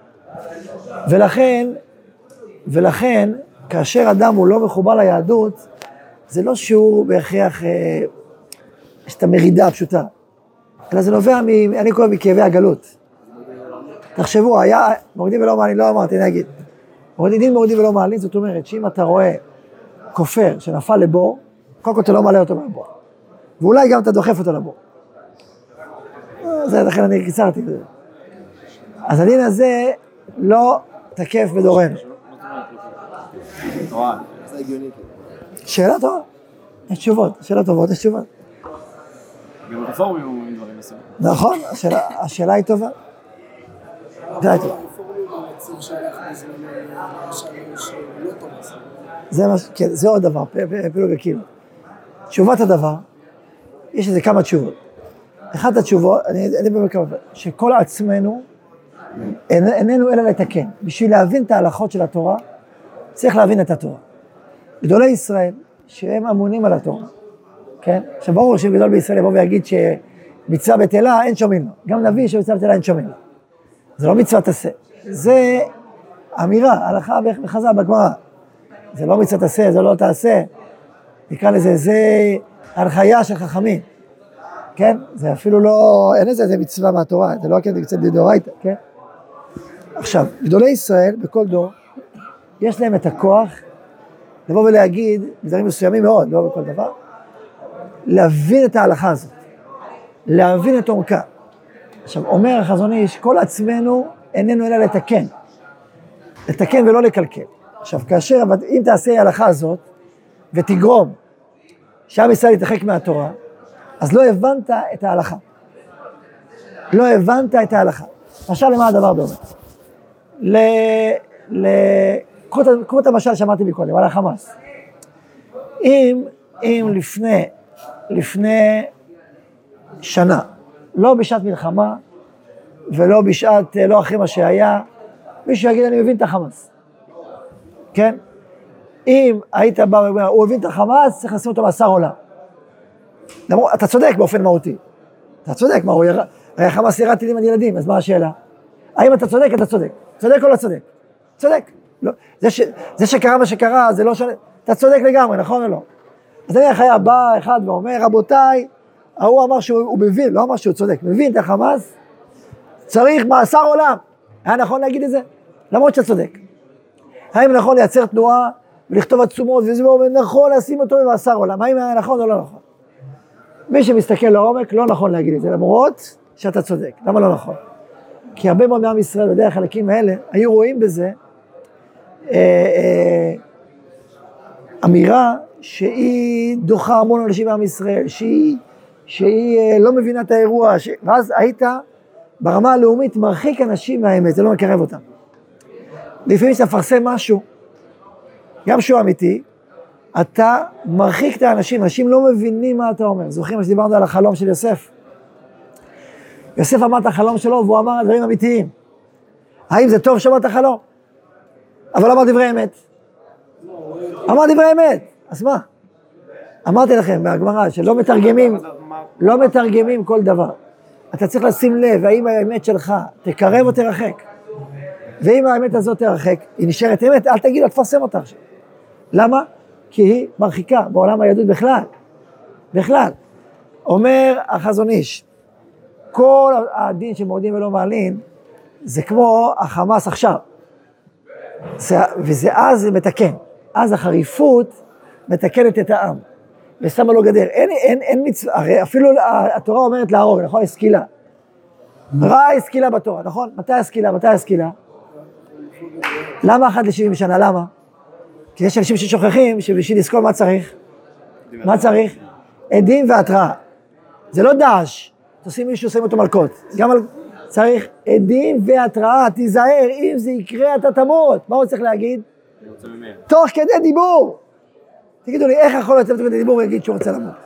ולכן כאשר אדם הוא לא מחובר ליהדות, זה לא שהוא בהכרח, יש את המרידה הפשוטה, אלא זה נובע, אני קורא מכאבי הגלות. תחשבו, היה מורידים ולא מעלין, לא אמרתי, אני אגיד. מורידים ולא מעלין, זאת אומרת שאם אתה רואה כופר שנפל לבור, קודם כל אתה לא מעלה אותו מהבור. ואולי גם אתה דוחף אותו לבור. זה לכן אני קיצרתי. אז הדין הזה לא תקף בדורנו. זה הגיוני. שאלה טובה. יש תשובות, שאלה טובות, יש תשובות. גם הרפורמים אומרים דברים מסוימים. נכון, השאלה היא טובה. זה טוב. זה עוד דבר, פילוג הקילו. תשובת הדבר, יש איזה כמה תשובות. אחת התשובות, אני במקרה, שכל עצמנו איננו אלא לתקן. בשביל להבין את ההלכות של התורה, צריך להבין את התורה. גדולי ישראל, שהם אמונים על התורה, כן? עכשיו ברור שגדול בישראל יבוא ויגיד שמצווה בטלה אין שומעים לו. גם נביא שמצווה בטלה אין שומעים לו. זה לא מצוות עשה. זה אמירה, הלכה וחז"ל בגמרא. זה לא מצוות עשה, זה לא תעשה. נקרא לזה, זה הנחיה של חכמים. כן? זה אפילו לא, אין לזה, זה מצווה מהתורה. זה לא כן, זה קצת דאורייתא, כן? עכשיו, גדולי ישראל בכל דור, יש להם את הכוח לבוא ולהגיד, בדברים מסוימים מאוד, לא בכל דבר, להבין את ההלכה הזאת, להבין את עומקה. עכשיו, אומר החזון איש, כל עצמנו איננו אלא לתקן ולא לקלקל. עכשיו, כאשר, אם תעשה ההלכה הזאת, ותגרום שעם ישראל יתרחק מהתורה, אז לא הבנת את ההלכה. לא הבנת את ההלכה. למשל, למה הדבר דומה? קחו את המשל שאמרתי מקודם, על החמאס. אם לפני שנה, לא בשעת מלחמה, ולא בשעת, לא אחרי מה שהיה, מישהו יגיד, אני מבין את החמאס. כן? אם היית בא ואומר, הוא מבין את החמאס, צריך לשים אותו מאסר עולם. אתה צודק באופן מהותי. אתה צודק, מה, הרי החמאס ירד טילים על ילדים, אז מה השאלה? האם אתה צודק, אתה צודק. צודק או לא צודק? צודק. לא. זה שקרה מה שקרה, זה לא שונה. אתה צודק לגמרי, נכון או לא? אז אני היה בא אחד ואומר, רבותיי, הוא אמר שהוא מבין, לא אמר שהוא צודק, מבין את החמאס, צריך מאסר עולם. היה נכון להגיד את זה? למרות שאתה צודק. האם נכון לייצר תנועה ולכתוב עצומות וזה נכון לשים אותו במאסר עולם? האם היה נכון או לא נכון? מי שמסתכל לעומק לא נכון להגיד את זה, למרות שאתה צודק. למה לא נכון? כי הרבה מאוד מעם ישראל, בדרך החלקים האלה, היו רואים בזה אמירה שהיא דוחה המון אנשים מעם ישראל, שהיא לא מבינה את האירוע, ואז היית ברמה הלאומית מרחיק אנשים מהאמת, זה לא מקרב אותם. לפעמים שאתה מפרסם משהו, גם שהוא אמיתי, אתה מרחיק את האנשים, אנשים לא מבינים מה אתה אומר. זוכרים מה שדיברנו על החלום של יוסף? יוסף אמר את החלום שלו, והוא אמר דברים אמיתיים. האם זה טוב שאמר את החלום? אבל אמר דברי אמת. אמר דברי אמת, אז מה? אמרתי לכם בהגמרא שלא מתרגמים כל דבר. אתה צריך לשים לב, האם האמת שלך תקרב או תרחק. ואם האמת הזאת תרחק, היא נשארת אמת, אל תגיד, אל תפרסם אותה עכשיו. למה? כי היא מרחיקה בעולם היהדות בכלל. אומר החזון איש, כל הדין שמורדים ולא מעלין, זה כמו החמאס עכשיו. וזה אז מתקן. אז החריפות מתקנת את העם. ושמה לו גדר. אין מצווה, הרי אפילו התורה אומרת להרוג, נכון? סקילה. רע סקילה בתורה, נכון? מתי הסקילה? למה 1 ל-70 שנה? למה? כי יש אנשים ששוכחים שבשביל לזכור מה צריך? עדים והתראה. זה לא דש. תשים מישהו, שמים אותו מלכות. גם צריך עדים והתראה, תיזהר, אם זה יקרה אתה תמות. מה הוא צריך להגיד? תוך כדי דיבור. תגידו לי, איך יכול להיות תוך כדי דיבור ויגיד שהוא רוצה למות?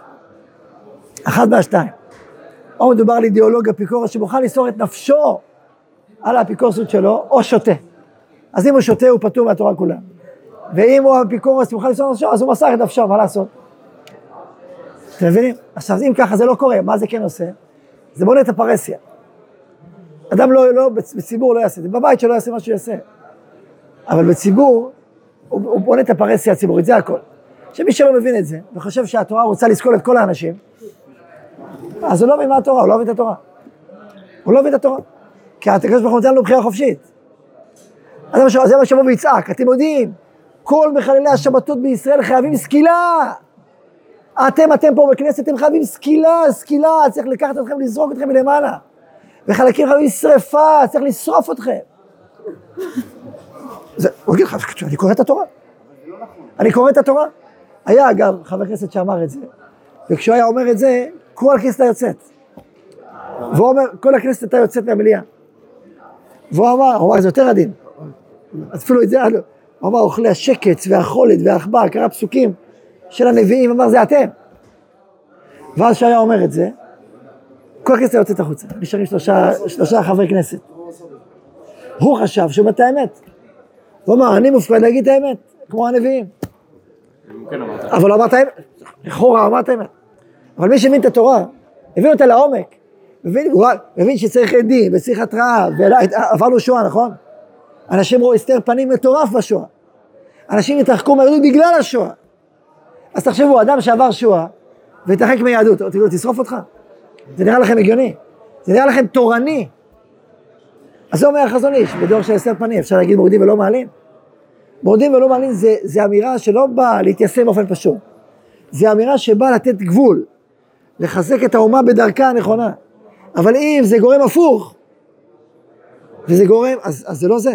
1 מהשתיים. או מדובר על אידיאולוג אפיקורוס שמוכן לסור את נפשו על האפיקורסות שלו, או שותה. אז אם הוא שותה, הוא פטור מהתורה כולה. ואם הוא אפיקורס, הוא מוכן לשמור נפשו, אז הוא מסר את נפשו, מה לעשות? אתם מבינים? עכשיו, אם ככה זה לא קורה, מה זה כן עושה? זה בונה את הפרסיה. אדם בציבור לא יעשה, בבית שלא יעשה מה שהוא יעשה. אבל בציבור, הוא בונה את הפרסיה הציבורית, זה הכל. שמי שלא מבין את זה, וחושב שהתורה רוצה לסכול את כל האנשים, אז הוא לא מבין מה התורה, הוא לא מבין את התורה. הוא לא מבין את התורה. כי הקדוש ברוך הוא נותן לנו בחירה חופשית. אז זה מה שבוא ויצעק, אתם יודעים, כל מחללי השבתות בישראל חייבים סקילה. אתם פה בכנסת, אתם חייבים סקילה, צריך לקחת אתכם, לזרוק אתכם מלמעלה. וחלקים חייבים שריפה, צריך לשרוף אתכם. הוא יגיד לך, אני קורא את התורה. אני קורא את התורה. היה אגב חבר כנסת שאמר את זה, וכשהוא היה אומר את זה, כל הכנסת היוצאת. והוא אומר, כל הכנסת הייתה יוצאת מהמליאה. והוא אמר, זה יותר עדין. אז אפילו את זה, הוא אמר, אוכלי השקץ והחולת והעכבר, קרא פסוקים של הנביאים, אמר, זה אתם. ואז שהיה אומר את זה, כל הכנסת יוצאת החוצה. נשארים שלושה חברי כנסת. הוא חשב שהוא מת האמת. הוא אמר, אני מופקד להגיד את האמת, כמו הנביאים. אבל לא אמרת האמת. לכאורה אמרת האמת. אבל מי שהבין את התורה, הבין אותה לעומק. מבין שצריך עדים, וצריך התראה, ועברנו שואה, נכון? אנשים ראו הסתר פנים מטורף בשואה. אנשים התרחקו מהיהדות בגלל השואה. אז תחשבו, אדם שעבר שואה, והתרחק מהיהדות, תגידו, תשרוף אותך. זה נראה לכם הגיוני. זה נראה לכם תורני. אז זה אומר החזון איש, בדור של הסתר פנים, אפשר להגיד מורדים ולא מעלים. מורדים ולא מעלים זה אמירה שלא באה להתיישם באופן פשוט. זה אמירה שבאה לתת גבול, לחזק את האומה בדרכה הנכונה. אבל אם זה גורם הפוך, וזה גורם, אז זה לא זה.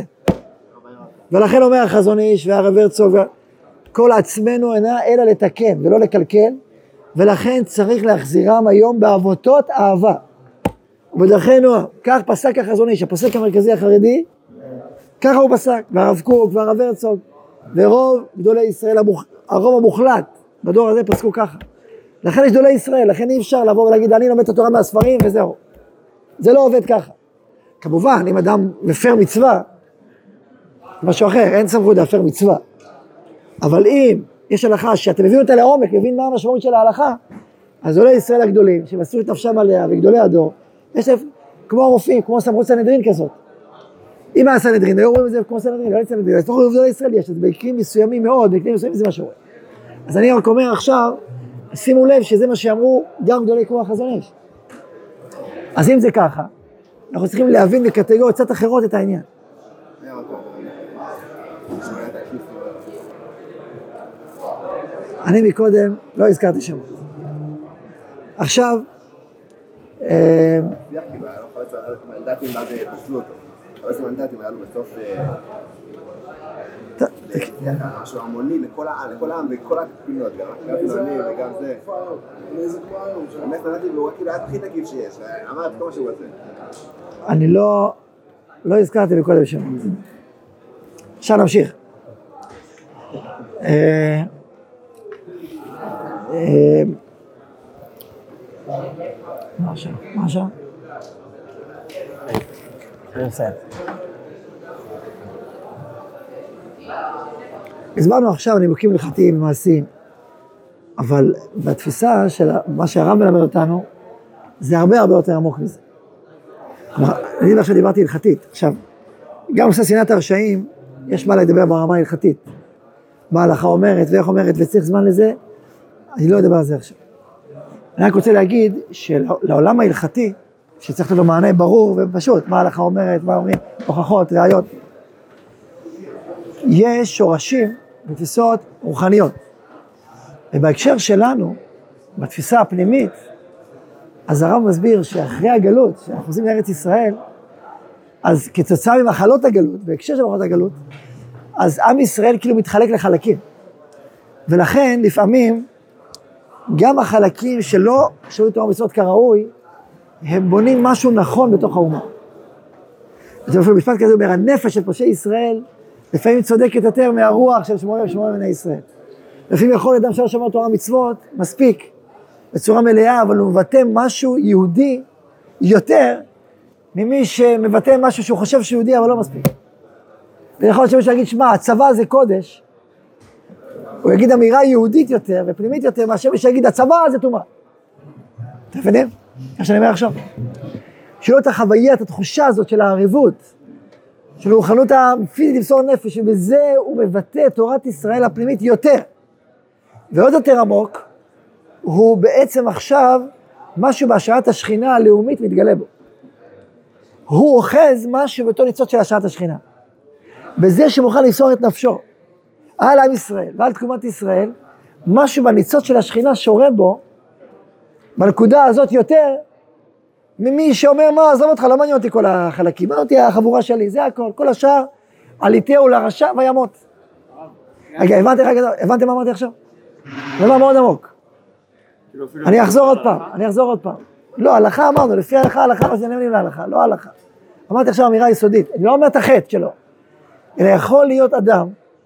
ולכן אומר החזון איש והרב הרצוג, כל עצמנו אינה אלא לתקן ולא לקלקל, ולכן צריך להחזירם היום בעבותות אהבה. ובדרכי נועם, כך פסק החזון איש, הפוסק המרכזי החרדי, ככה הוא פסק, והרב קוק והרב הרצוג, ורוב גדולי ישראל, הרוב המוחלט, בדור הזה פסקו ככה. לכן יש גדולי ישראל, לכן אי אפשר לבוא ולהגיד, אני לומד את התורה מהספרים וזהו. זה לא עובד ככה. כמובן, אם אדם מפר מצווה, משהו אחר, אין סמכות להפר מצווה. אבל אם יש הלכה שאתם מביאים אותה לעומק, מבין מה המשמעות של ההלכה, אז גדולי ישראל הגדולים, שמסרו את נפשם עליה, וגדולי הדור, יש כמו הרופאים, כמו סמכות סנהדרין כזאת. אם היה סנהדרין, היו רואים את זה כמו סנהדרין, לא היה סנהדרין, אז תוכלו גדולי ישראל יש, אז במקרים מסוימים מאוד, במקרים מסוימים זה מה שרואה. אז אני רק אומר עכשיו, שימו לב שזה מה שאמרו גם גדולי כמו החזון איש. אז אם זה ככה, אנחנו צריכים להבין בקטגוריות קצת אחרות את העניין. אני מקודם לא הזכרתי שמות. עכשיו, מנדטים מה זה פסלו אותו. אבל זה מנדטים היה לו בסוף משהו המוני לכל העם וכל הפינות, גם פילוני וגם זה. זה כמו היום. באמת מנדטים והוא כאילו היה הכי תגיב שיש, אמר את כל מה שהוא רוצה. אני לא הזכרתי מקודם שמות. עכשיו נמשיך. מה עכשיו? אני מסיים. הסברנו עכשיו נימוקים הלכתיים ומעשיים, אבל בתפיסה של מה שהרב מלמד אותנו, זה הרבה יותר עמוק מזה. אני עכשיו דיברתי הלכתית. עכשיו, גם נושא שנאת הרשעים, יש מה לדבר ברמה ההלכתית. מה ההלכה אומרת ואיך אומרת וצריך זמן לזה, אני לא אדבר על זה עכשיו. אני רק רוצה להגיד שלעולם ההלכתי, שצריך לו מענה ברור ופשוט, מה ההלכה אומרת, מה אומרים, הוכחות, ראיות. יש שורשים בתפיסות רוחניות. ובהקשר שלנו, בתפיסה הפנימית, אז הרב מסביר שאחרי הגלות, שאנחנו עושים לארץ ישראל, אז כתוצאה ממחלות הגלות, בהקשר של מחלות הגלות, אז עם ישראל כאילו מתחלק לחלקים. ולכן לפעמים, גם החלקים שלא שומעים תורה ומצוות כראוי, הם בונים משהו נכון בתוך האומה. זה אפילו משפט כזה אומר, הנפש של פושעי ישראל, לפעמים צודקת יותר מהרוח של שמורים בני ישראל. לפעמים יכול אדם שלא שומע תורה ומצוות, מספיק, בצורה מלאה, אבל הוא מבטא משהו יהודי יותר ממי שמבטא משהו שהוא חושב שהוא יהודי, אבל לא מספיק. ויכול להיות שמישהו יגיד, שמע, הצבא זה קודש, הוא יגיד אמירה יהודית יותר ופנימית יותר, מאשר מישהו יגיד, הצבא זה טומאה. אתם מבינים? מה שאני אומר עכשיו. שלא את החוויה, את התחושה הזאת של הערבות, של המוכנות הפיזית למסור נפש, ובזה הוא מבטא את תורת ישראל הפנימית יותר. ועוד יותר עמוק, הוא בעצם עכשיו, משהו בהשראת השכינה הלאומית מתגלה בו. הוא אוחז משהו באותו ניצוץ של השראת השכינה. בזה שמוכן למסור את נפשו על עם ישראל ועל תקומת ישראל, משהו בניצוץ של השכינה שורה בו, בנקודה הזאת יותר, ממי שאומר, מה, עזוב אותך, לא מעניין אותי כל החלקים, מעניין אותי החבורה שלי, זה הכל, כל השאר, עליתהו לרשע וימות. רגע, הבנתם מה אמרתי עכשיו? זה מה מאוד עמוק. אני אחזור עוד פעם. לא, הלכה אמרנו, לפי ההלכה, אז נאמנים להלכה, לא הלכה. אמרתי עכשיו אמירה יסודית, אני לא אומר את החטא שלו, אלא יכול להיות אדם,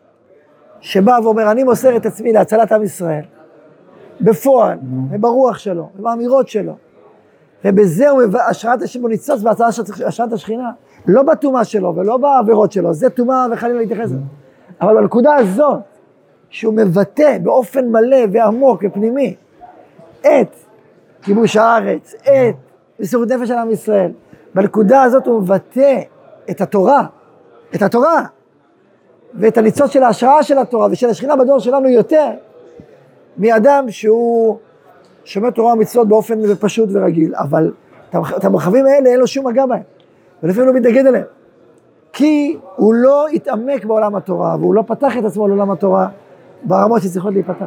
שבא ואומר, אני מוסר את עצמי להצלת עם ישראל, בפועל, וברוח שלו, ובאמירות שלו, ובזה הוא השראת השם בו ניצוץ בהשראת השכינה, לא בטומאה שלו ולא בעבירות שלו, זה טומאה וחלילה להתייחס לזה. אבל בנקודה הזאת, שהוא מבטא באופן מלא ועמוק ופנימי, את כיבוש הארץ, את מסירות נפש של עם ישראל, בנקודה הזאת הוא מבטא את התורה, ואת הניצוץ של ההשראה של התורה ושל השכינה בדור שלנו יותר, מאדם שהוא שומר תורה ומצוות באופן פשוט ורגיל, אבל את המרחבים האלה אין לו שום מגע בהם, ולפעמים הוא מתנגד אליהם, כי הוא לא התעמק בעולם התורה, והוא לא פתח את עצמו לעולם התורה ברמות שצריכות להיפתח.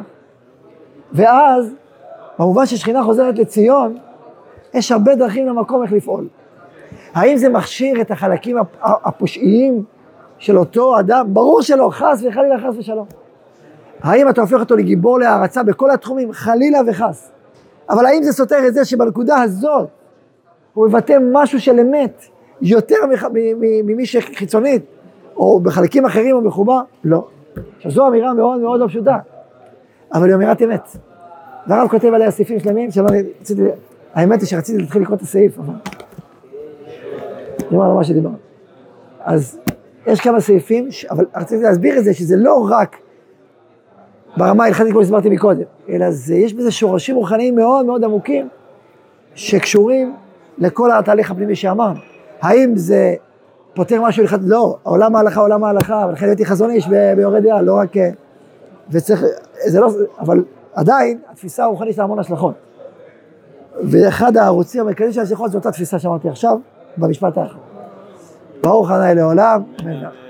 ואז, במובן ששכינה חוזרת לציון, יש הרבה דרכים למקום איך לפעול. האם זה מכשיר את החלקים הפושעיים של אותו אדם? ברור שלא, חס וחלילה חס ושלום. האם אתה הופך אותו לגיבור להערצה בכל התחומים? חלילה וחס. אבל האם זה סותר את זה שבנקודה הזאת הוא מבטא משהו של אמת יותר ממי שחיצונית או בחלקים אחרים או מחובר? לא. שזו אמירה מאוד מאוד לא פשוטה, אבל היא אמירת אמת. והרב כותב עליה סעיפים שלמים שלא רציתי, האמת היא שרציתי להתחיל לקרוא את הסעיף, אבל דיברנו מה שדיברנו. אז יש כמה סעיפים, אבל רציתי להסביר את זה שזה לא רק ברמה ההלכתית כמו שהסברתי מקודם, אלא יש בזה שורשים רוחניים מאוד מאוד עמוקים, שקשורים לכל התהליך הפנימי שאמרנו. האם זה פותר משהו הלכתי? לא, עולם ההלכה, אבל לכן הייתי חזון איש ביורד דעה, לא רק, וצריך, זה לא, אבל עדיין התפיסה הרוחנית יש לה המון השלכות. ואחד הערוצים המרכזיים של ההשלכות זו אותה תפיסה שאמרתי עכשיו, במשפט האחרון. ברוך ה' לעולם, אמן.